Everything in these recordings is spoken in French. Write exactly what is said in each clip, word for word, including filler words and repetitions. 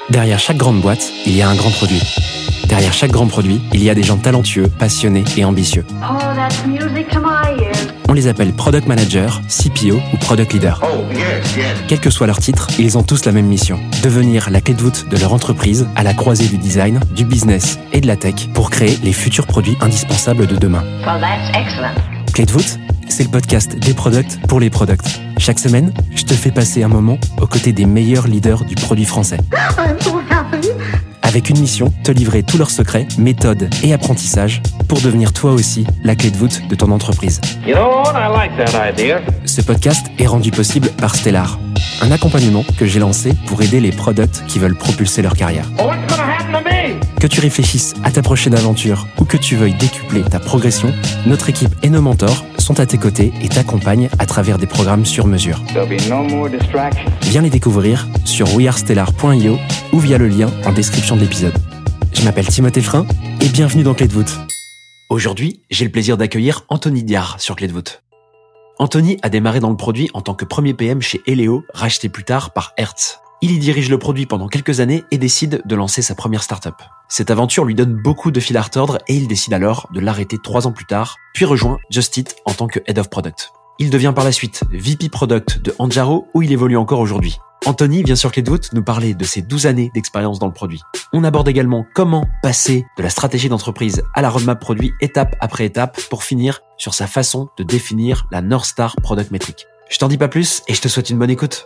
Derrière chaque grande boîte, il y a un grand produit. Derrière chaque grand produit, il y a des gens talentueux, passionnés et ambitieux. Oh, that's music to my ears. On les appelle Product Manager, C P O ou Product Leader. Oh, yes, yes. Quel que soit leur titre, ils ont tous la même mission. Devenir la clé de voûte de leur entreprise à la croisée du design, du business et de la tech pour créer les futurs produits indispensables de demain. Well, that's excellent. Clé de voûte, c'est le podcast des products pour les products. Chaque semaine, je te fais passer un moment aux côtés des meilleurs leaders du produit français. I'm so happy. Avec une mission, te livrer tous leurs secrets, méthodes et apprentissages pour devenir toi aussi la clé de voûte de ton entreprise. You know what? I like that idea. Ce podcast est rendu possible par Stellar, un accompagnement que j'ai lancé pour aider les products qui veulent propulser leur carrière. Oh, what's gonna happen to me? Que tu réfléchisses à ta prochaine aventure ou que tu veuilles décupler ta progression, notre équipe et nos mentors sont à tes côtés et t'accompagnent à travers des programmes sur mesure. There'll be no more distractions. Viens les découvrir sur we are stellar point i o ou via le lien en description de l'épisode. Je m'appelle Timothée Frein et bienvenue dans Clé de voûte. Aujourd'hui, j'ai le plaisir d'accueillir Anthony Diard sur Clé de voûte. Anthony a démarré dans le produit en tant que premier P M chez Eleo, racheté plus tard par Hertz. Il y dirige le produit pendant quelques années et décide de lancer sa première start-up. Cette aventure lui donne beaucoup de fil à retordre et il décide alors de l'arrêter trois ans plus tard, puis rejoint Just Eat en tant que Head of Product. Il devient par la suite V P Product de Anjaro où il évolue encore aujourd'hui. Anthony vient sur Clé de voûte nous parler de ses douze années d'expérience dans le produit. On aborde également comment passer de la stratégie d'entreprise à la roadmap produit étape après étape pour finir sur sa façon de définir la North Star Product Metric. Je t'en dis pas plus et je te souhaite une bonne écoute.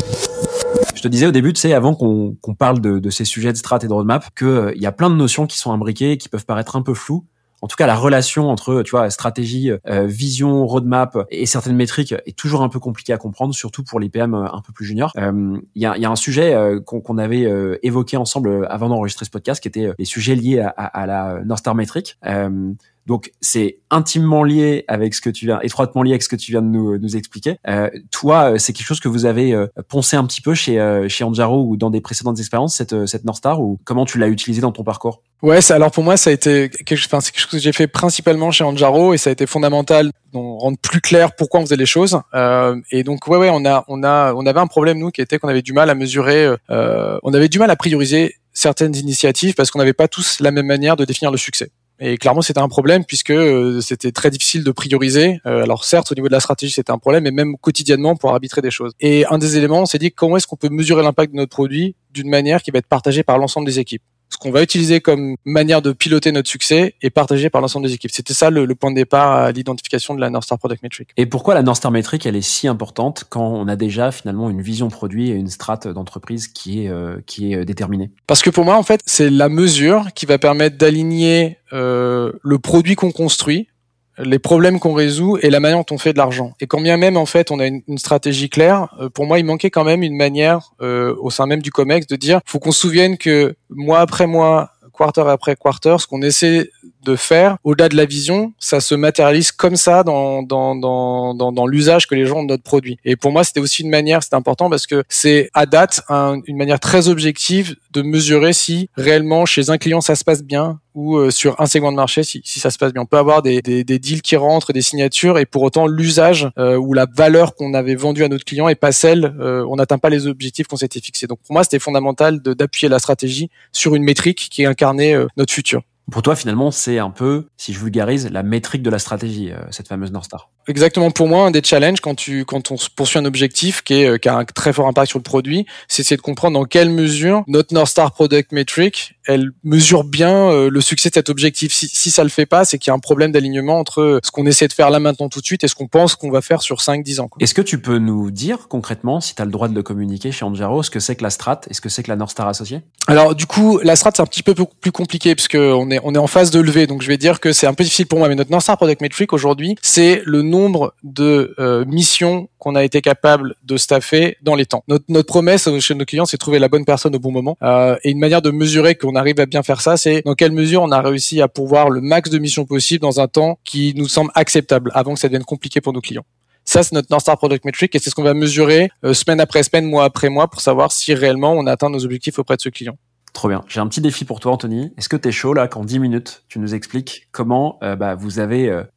Je te disais au début, tu sais, avant qu'on, qu'on parle de, de ces sujets de strat et de roadmap, qu'il euh, y a plein de notions qui sont imbriquées, qui peuvent paraître un peu floues. En tout cas, la relation entre, tu vois, stratégie, euh, vision, roadmap et certaines métriques est toujours un peu compliquée à comprendre, surtout pour les P M un peu plus juniors. Il euh, y, a, y a un sujet euh, qu'on, qu'on avait euh, évoqué ensemble avant d'enregistrer ce podcast, qui était les sujets liés à, à, à la North Star Metric. Euh, Donc, c'est intimement lié avec ce que tu viens, étroitement lié avec ce que tu viens de nous, nous expliquer. Euh, toi, c'est quelque chose que vous avez euh, poncé un petit peu chez, euh, chez Anjaro ou dans des précédentes expériences, cette, cette North Star, ou comment tu l'as utilisé dans ton parcours? Ouais, ça, alors pour moi, ça a été quelque chose, enfin, c'est quelque chose que j'ai fait principalement chez Anjaro et ça a été fondamental de rendre plus clair pourquoi on faisait les choses. Euh, et donc, ouais, ouais, on a, on a, on avait un problème, nous, qui était qu'on avait du mal à mesurer, euh, on avait du mal à prioriser certaines initiatives parce qu'on n'avait pas tous la même manière de définir le succès. Et clairement, c'était un problème puisque euh, c'était très difficile de prioriser. Euh, alors certes, au niveau de la stratégie, c'était un problème, mais même quotidiennement pour arbitrer des choses. Et un des éléments, on s'est dit comment est-ce qu'on peut mesurer l'impact de notre produit d'une manière qui va être partagée par l'ensemble des équipes. Ce qu'on va utiliser comme manière de piloter notre succès est partagé par l'ensemble des équipes. C'était ça le, le point de départ à l'identification de la North Star Product Metric. Et pourquoi la North Star Metric, elle est si importante quand on a déjà finalement une vision produit et une strate d'entreprise qui est euh, qui est déterminée? Parce que pour moi, en fait, c'est la mesure qui va permettre d'aligner euh, le produit qu'on construit, les problèmes qu'on résout et la manière dont on fait de l'argent. Et quand bien même, en fait, on a une, une stratégie claire, euh, pour moi, il manquait quand même une manière, euh, au sein même du COMEX, de dire, faut qu'on se souvienne que mois après mois, quarter après quarter, ce qu'on essaie de faire, au-delà de la vision, ça se matérialise comme ça dans dans dans dans, dans l'usage que les gens ont de notre produit. Et pour moi, c'était aussi une manière, c'était important parce que c'est à date un, une manière très objective de mesurer si réellement chez un client ça se passe bien ou euh, sur un segment de marché si si ça se passe bien. On peut avoir des des, des deals qui rentrent, des signatures et pour autant l'usage euh, ou la valeur qu'on avait vendue à notre client est pas celle, euh, on n'atteint pas les objectifs qu'on s'était fixés. Donc pour moi, c'était fondamental de d'appuyer la stratégie sur une métrique qui incarnait euh, notre futur. Pour toi, finalement, c'est un peu, si je vulgarise, la métrique de la stratégie, euh, cette fameuse North Star. Exactement. Pour moi, un des challenges quand tu quand on poursuit un objectif qui est qui a un très fort impact sur le produit, c'est essayer de comprendre dans quelle mesure notre North Star Product Metric, elle mesure bien euh, le succès de cet objectif. Si si ça le fait pas, c'est qu'il y a un problème d'alignement entre ce qu'on essaie de faire là maintenant tout de suite et ce qu'on pense qu'on va faire sur cinq dix ans, quoi. Est-ce que tu peux nous dire concrètement, si tu as le droit de le communiquer chez Anjaro, ce que c'est que la strat et ce que c'est que la North Star associée? Alors du coup, la strat c'est un petit peu plus compliqué parce que on est on est en phase de levée, donc je vais dire que c'est un peu difficile pour moi. Mais notre North Star Product Metric aujourd'hui, c'est le nombre de euh, missions qu'on a été capable de staffer dans les temps. Notre, notre promesse chez nos clients, c'est de trouver la bonne personne au bon moment. Euh, et une manière de mesurer qu'on arrive à bien faire ça, c'est dans quelle mesure on a réussi à pourvoir le max de missions possible dans un temps qui nous semble acceptable avant que ça devienne compliqué pour nos clients. Ça, c'est notre North Star Product Metric et c'est ce qu'on va mesurer euh, semaine après semaine, mois après mois pour savoir si réellement on a atteint nos objectifs auprès de ce client. Trop bien. J'ai un petit défi pour toi, Anthony. Est-ce que t'es chaud là qu'en dix minutes, tu nous expliques comment euh, bah, vous avez euh,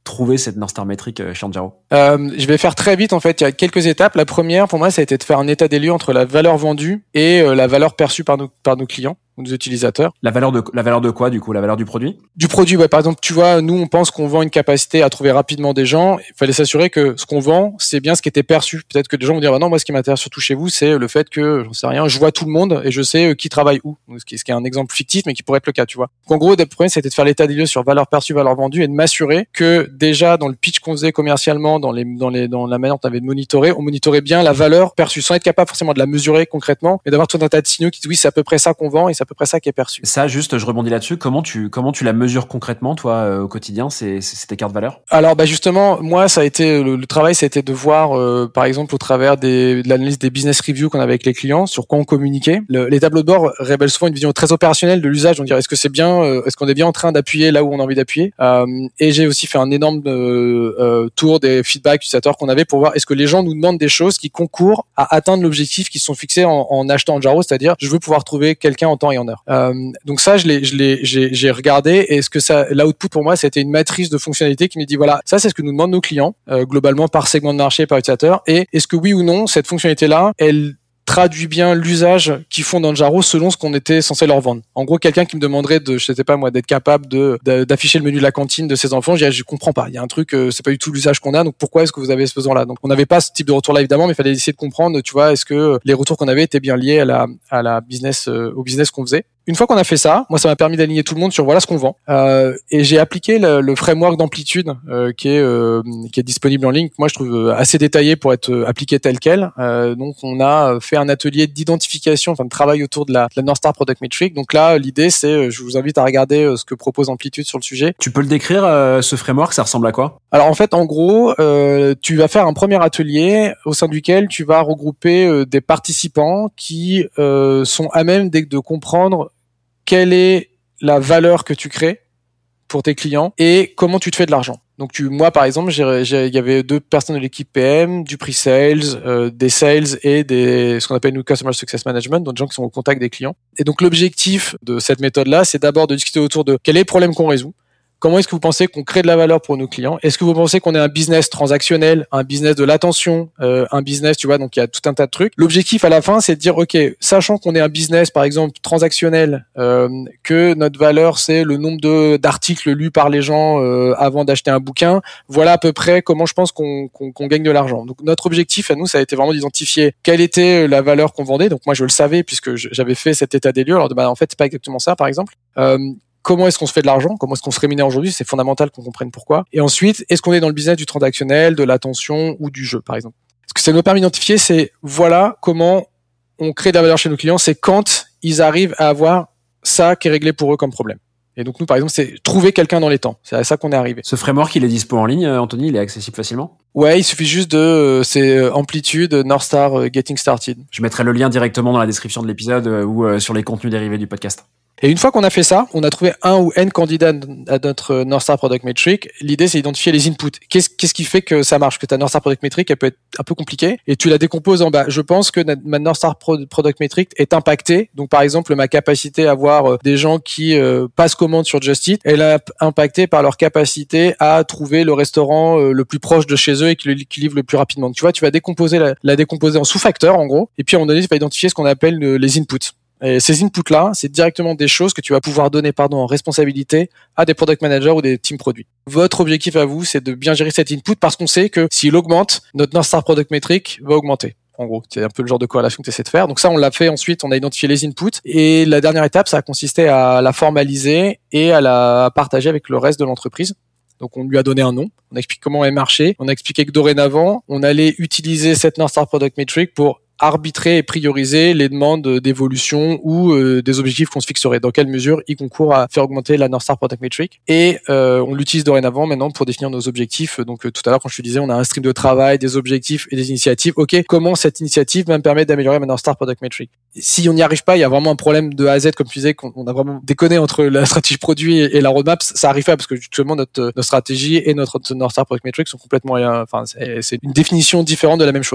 trouver cette North Star métrique chez Anjaro? Euh, je vais faire très vite. En fait, il y a quelques étapes. La première, pour moi, ça a été de faire un état des lieux entre la valeur vendue et euh, la valeur perçue par nos, par nos clients ou nos utilisateurs. La valeur de la valeur de quoi du coup? La valeur du produit? Du produit, ouais. Par exemple, tu vois, nous, on pense qu'on vend une capacité à trouver rapidement des gens. Il fallait s'assurer que ce qu'on vend, c'est bien ce qui était perçu. Peut-être que des gens vont dire, bah non, moi, ce qui m'intéresse surtout chez vous, c'est le fait que, j'en sais rien, je vois tout le monde et je sais qui travaille où. Ce qui, ce qui est un exemple fictif, mais qui pourrait être le cas, tu vois. Donc, en gros, le premier, c'était de faire l'état des lieux sur valeur perçue, valeur vendue et de m'assurer que déjà, dans le pitch qu'on faisait commercialement, dans les, dans les, dans la manière dont on avait de monitorer, on monitorait bien la valeur perçue sans être capable forcément de la mesurer concrètement, mais d'avoir tout un tas de signaux qui disent oui, c'est à peu près ça qu'on vend et c'est à peu près ça qui est perçu. Ça, juste, je rebondis là-dessus. Comment tu, comment tu la mesures concrètement, toi, euh, au quotidien, ces, ces tes cartes valeurs? Alors, bah, justement, moi, ça a été, le, le travail, ça a été de voir, euh, par exemple, au travers des, de l'analyse des business reviews qu'on avait avec les clients, sur quoi on communiquait. Le, les tableaux de bord révèlent souvent une vision très opérationnelle de l'usage. On dirait, est-ce que c'est bien, euh, est-ce qu'on est bien en train d'appuyer là où on a envie d'appuyer? Euh, et j'ai aussi fait un énorme euh, euh, tour des feedbacks utilisateurs qu'on avait pour voir est-ce que les gens nous demandent des choses qui concourent à atteindre l'objectif qui sont fixés en, en achetant Anjaro, c'est-à-dire, je veux pouvoir trouver quelqu'un en temps et en heure. Euh, donc ça, je l'ai, je l'ai, j'ai, j'ai regardé et ce que ça, l'output pour moi, c'était une matrice de fonctionnalités qui me dit voilà, ça c'est ce que nous demandent nos clients euh, globalement par segment de marché, par utilisateur, et est-ce que oui ou non cette fonctionnalité-là, elle traduit bien l'usage qu'ils font dans Anjaro selon ce qu'on était censé leur vendre. En gros, quelqu'un qui me demanderait de, je sais pas moi, d'être capable de, de d'afficher le menu de la cantine de ses enfants, je dirais, je comprends pas. Il y a un truc, euh, c'est pas du tout l'usage qu'on a, donc pourquoi est-ce que vous avez ce besoin-là? Donc on n'avait pas ce type de retour-là évidemment, mais il fallait essayer de comprendre, tu vois, est-ce que les retours qu'on avait étaient bien liés à la, à la business, euh, au business qu'on faisait. Une fois qu'on a fait ça, moi ça m'a permis d'aligner tout le monde sur voilà ce qu'on vend. Euh, et j'ai appliqué le, le framework d'amplitude euh, qui est euh, qui est disponible en ligne. Moi je trouve assez détaillé pour être appliqué tel quel. Euh, donc on a fait un atelier d'identification, enfin de travail autour de la, de la North Star Product Metric. Donc là l'idée c'est, je vous invite à regarder ce que propose Amplitude sur le sujet. Tu peux le décrire euh, ce framework, ça ressemble à quoi? Alors en fait en gros euh, tu vas faire un premier atelier au sein duquel tu vas regrouper euh, des participants qui euh, sont à même de, de comprendre quelle est la valeur que tu crées pour tes clients et comment tu te fais de l'argent. Donc tu, moi par exemple, j'ai, j'ai, il y avait deux personnes de l'équipe P M, du pre-sales, euh, des sales et des ce qu'on appelle nous customer success management, donc des gens qui sont au contact des clients. Et donc l'objectif de cette méthode-là, c'est d'abord de discuter autour de quel est le problème qu'on résout. Comment est-ce que vous pensez qu'on crée de la valeur pour nos clients? Est-ce que vous pensez qu'on est un business transactionnel, un business de l'attention, euh, un business, tu vois, donc il y a tout un tas de trucs. L'objectif à la fin, c'est de dire, ok, sachant qu'on est un business, par exemple, transactionnel, euh, que notre valeur, c'est le nombre de, d'articles lus par les gens euh, avant d'acheter un bouquin, voilà à peu près comment je pense qu'on, qu'on, qu'on gagne de l'argent. Donc notre objectif à nous, ça a été vraiment d'identifier quelle était la valeur qu'on vendait. Donc moi, je le savais puisque j'avais fait cet état des lieux. Alors bah, en fait, c'est pas exactement ça, par exemple. Euh, Comment est-ce qu'on se fait de l'argent? Comment est-ce qu'on se rémunère aujourd'hui? C'est fondamental qu'on comprenne pourquoi. Et ensuite, est-ce qu'on est dans le business du transactionnel, de l'attention ou du jeu, par exemple? Ce que ça nous permet d'identifier, c'est voilà comment on crée de la valeur chez nos clients. C'est quand ils arrivent à avoir ça qui est réglé pour eux comme problème. Et donc nous, par exemple, c'est trouver quelqu'un dans les temps. C'est à ça qu'on est arrivé. Ce framework, il est dispo en ligne, Anthony? Il est accessible facilement? Ouais, il suffit juste de euh, c'est euh, Amplitude, North Star, euh, Getting Started. Je mettrai le lien directement dans la description de l'épisode euh, ou euh, sur les contenus dérivés du podcast. Et une fois qu'on a fait ça, on a trouvé un ou n candidats à notre North Star Product Metric. L'idée, c'est d'identifier les inputs. Qu'est-ce, qu'est-ce qui fait que ça marche? Que ta North Star Product Metric, elle peut être un peu compliquée. Et tu la décomposes en bas. Je pense que ma North Star Product Metric est impactée. Donc, par exemple, ma capacité à avoir des gens qui euh, passent commande sur Just Eat, elle est impactée par leur capacité à trouver le restaurant euh, le plus proche de chez eux et qui, le, qui livre le plus rapidement. Donc, tu vois, tu vas décomposer la, la décomposer en sous-facteurs, en gros. Et puis, à un moment donné, tu vas identifier ce qu'on appelle le, les inputs. Et ces inputs-là, c'est directement des choses que tu vas pouvoir donner pardon, en responsabilité à des product managers ou des teams produits. Votre objectif à vous, c'est de bien gérer cet input parce qu'on sait que s'il augmente, notre North Star Product Metric va augmenter. En gros, c'est un peu le genre de corrélation que tu essaies de faire. Donc ça, on l'a fait ensuite, on a identifié les inputs. Et la dernière étape, ça a consisté à la formaliser et à la partager avec le reste de l'entreprise. Donc on lui a donné un nom, on a expliqué comment elle marchait, on a expliqué que dorénavant, on allait utiliser cette North Star Product Metric pour arbitrer et prioriser les demandes d'évolution ou euh, des objectifs qu'on se fixerait. Dans quelle mesure il concourt à faire augmenter la North Star Product Metric. Et euh, on l'utilise dorénavant maintenant pour définir nos objectifs. Donc euh, tout à l'heure quand je te disais, on a un stream de travail, des objectifs et des initiatives. Ok, comment cette initiative va me permettre d'améliorer ma North Star Product Metric? Si on n'y arrive pas, il y a vraiment un problème de A à Z, comme tu disais, qu'on a vraiment déconné entre la stratégie produit et la roadmap. Ça arrive pas parce que justement notre, notre stratégie et notre North Star Product Metric sont complètement, enfin c'est, c'est une définition différente de la même chose, quoi.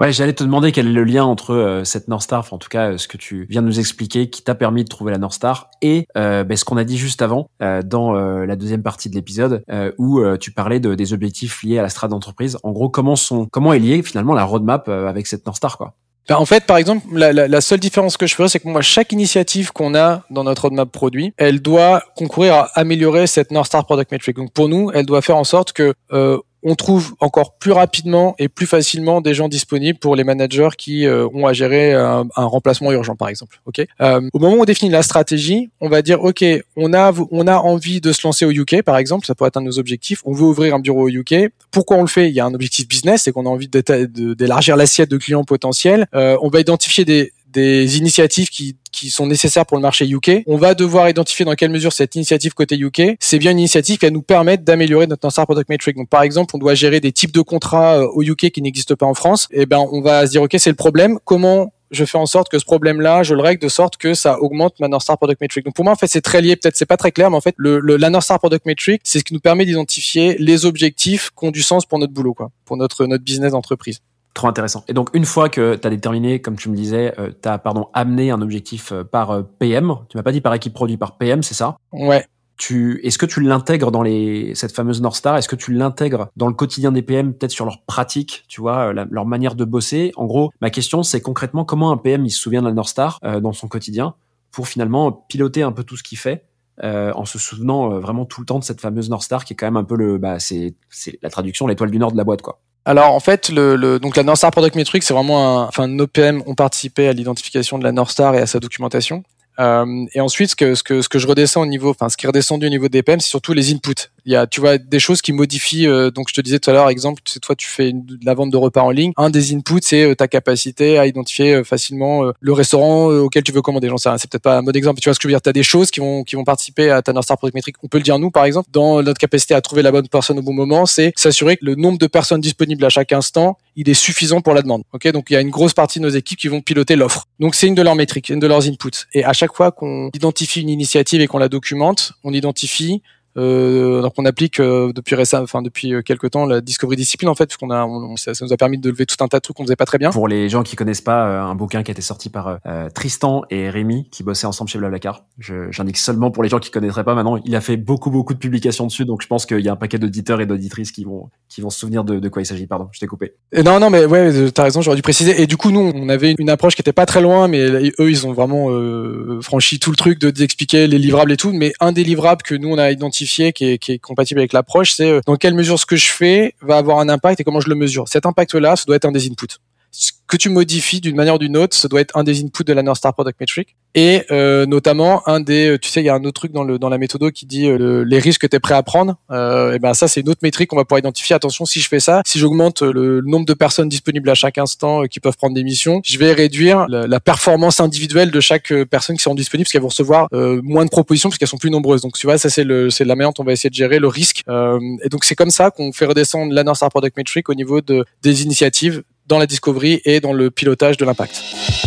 Ouais, j'allais te demander quel est le lien entre euh, cette North Star, enfin en tout cas euh, ce que tu viens de nous expliquer, qui t'a permis de trouver la North Star, et euh, ben, ce qu'on a dit juste avant euh, dans euh, la deuxième partie de l'épisode, euh, où euh, tu parlais de, des objectifs liés à la strat d'entreprise. En gros, comment sont, comment est liée finalement la roadmap euh, avec cette North Star, quoi. Ben, en fait, par exemple, la, la, la seule différence que je ferais, c'est que moi, chaque initiative qu'on a dans notre roadmap produit, elle doit concourir à améliorer cette North Star Product Metric. Donc pour nous, elle doit faire en sorte que euh, on trouve encore plus rapidement et plus facilement des gens disponibles pour les managers qui euh, ont à gérer un, un remplacement urgent, par exemple. Ok. Euh, au moment où on définit la stratégie, on va dire ok, on a on a envie de se lancer au U K, par exemple, ça pourrait être un de nos objectifs. On veut ouvrir un bureau au U K. Pourquoi on le fait ? Il y a un objectif business, c'est qu'on a envie de, d'élargir l'assiette de clients potentiels. Euh, on va identifier des des initiatives qui qui sont nécessaires pour le marché U K. On va devoir identifier dans quelle mesure cette initiative côté U K, c'est bien une initiative qui va nous permettre d'améliorer notre North Star Product Metric. Donc par exemple, on doit gérer des types de contrats au U K qui n'existent pas en France. Et ben on va se dire ok, c'est le problème. Comment je fais en sorte que ce problème-là, je le règle de sorte que ça augmente ma North Star Product Metric. Donc pour moi, en fait, c'est très lié. Peut-être c'est pas très clair, mais en fait, le, le la North Star Product Metric, c'est ce qui nous permet d'identifier les objectifs qui ont du sens pour notre boulot, quoi, pour notre notre business d'entreprise. Trop intéressant. Et donc, une fois que tu as déterminé, comme tu me disais, euh, tu as pardon, amené un objectif euh, par euh, P M, tu m'as pas dit par équipe produit, par P M, c'est ça ? Ouais. Tu, est-ce que tu l'intègres dans les, cette fameuse North Star ? Est-ce que tu l'intègres dans le quotidien des P M, peut-être sur leur pratique, tu vois, la, leur manière de bosser ? En gros, ma question, c'est concrètement comment un P M il se souvient de la North Star euh, dans son quotidien pour finalement piloter un peu tout ce qu'il fait euh, en se souvenant euh, vraiment tout le temps de cette fameuse North Star qui est quand même un peu le, bah, c'est, c'est la traduction, l'étoile du Nord de la boîte, quoi. Alors en fait, le, le donc la North Star Product Metric, c'est vraiment un, enfin nos P M ont participé à l'identification de la North Star et à sa documentation. Euh, et ensuite, ce que ce que ce que je redescends au niveau, enfin ce qui est redescendu au niveau des P M, c'est surtout les inputs. Il y a, tu vois, des choses qui modifient. Euh, donc je te disais tout à l'heure, exemple, tu sais, toi tu fais une, de la vente de repas en ligne. Un des inputs, c'est euh, ta capacité à identifier euh, facilement euh, le restaurant euh, auquel tu veux commander. J'en sais rien, c'est peut-être pas un bon exemple. Tu vois ce que je veux dire ? T'as des choses qui vont qui vont participer à ta North Star Product Metric. On peut le dire nous, par exemple, dans notre capacité à trouver la bonne personne au bon moment, c'est s'assurer que le nombre de personnes disponibles à chaque instant, il est suffisant pour la demande. Ok, donc il y a une grosse partie de nos équipes qui vont piloter l'offre. Donc c'est une de leurs métriques, une de leurs inputs. Et à chaque fois qu'on identifie une initiative et qu'on la documente, on identifie Euh, donc on applique euh, depuis récemment, enfin depuis euh, quelques temps la Discovery Discipline en fait, parce qu'on a, on, ça, ça nous a permis de lever tout un tas de trucs qu'on faisait pas très bien. Pour les gens qui connaissent pas, euh, un bouquin qui a été sorti par euh, Tristan et Rémi qui bossaient ensemble chez Blablacar. Je, j'indique seulement pour les gens qui connaîtraient pas maintenant. Il a fait beaucoup beaucoup de publications dessus, donc je pense qu'il y a un paquet d'auditeurs et d'auditrices qui vont qui vont se souvenir de, de quoi il s'agit. Pardon, je t'ai coupé. Et non non mais ouais, t'as raison, j'aurais dû préciser. Et du coup nous on avait une approche qui était pas très loin, mais eux ils ont vraiment euh, franchi tout le truc de d'expliquer les livrables et tout. Mais un des livrables que nous on a identifié qui est, qui est compatible avec l'approche, c'est euh, dans quelle mesure ce que je fais va avoir un impact et comment je le mesure. Cet impact-là, ça doit être un des inputs. Ce que tu modifies d'une manière ou d'une autre, ça doit être un des inputs de la North Star Product Metric. Et euh, notamment, un des, tu sais, il y a un autre truc dans le dans la méthode qui dit euh, le, les risques que tu es prêt à prendre. Euh, et ben ça, c'est une autre métrique qu'on va pouvoir identifier. Attention, si je fais ça, si j'augmente le, le nombre de personnes disponibles à chaque instant euh, qui peuvent prendre des missions, je vais réduire la, la performance individuelle de chaque euh, personne qui seront disponibles parce qu'elles vont recevoir euh, moins de propositions parce qu'elles sont plus nombreuses. Donc tu vois, ça c'est le c'est la manière dont on va essayer de gérer le risque. Euh, et donc c'est comme ça qu'on fait redescendre la North Star Product Metric au niveau de des initiatives dans la discovery et dans le pilotage de l'impact.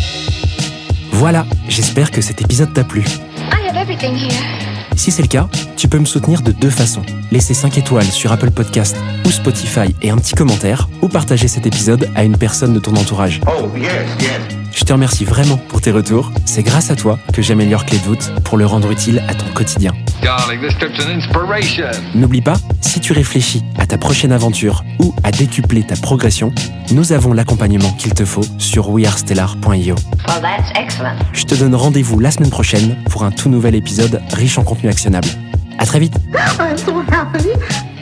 Voilà, j'espère que cet épisode t'a plu. I have everything here. Si c'est le cas, tu peux me soutenir de deux façons. Laisser cinq étoiles sur Apple Podcast ou Spotify et un petit commentaire, ou partager cet épisode à une personne de ton entourage. Oh, yes, yes. Je te remercie vraiment pour tes retours. C'est grâce à toi que j'améliore Clé de voûte pour le rendre utile à ton quotidien. Darling, this trip's an inspiration. N'oublie pas, si tu réfléchis à ta prochaine aventure ou à décupler ta progression, nous avons l'accompagnement qu'il te faut sur we are stellar point io. Well, that's excellent. Je te donne rendez-vous la semaine prochaine pour un tout nouvel épisode riche en contenu actionnable. À très vite. I'm so happy.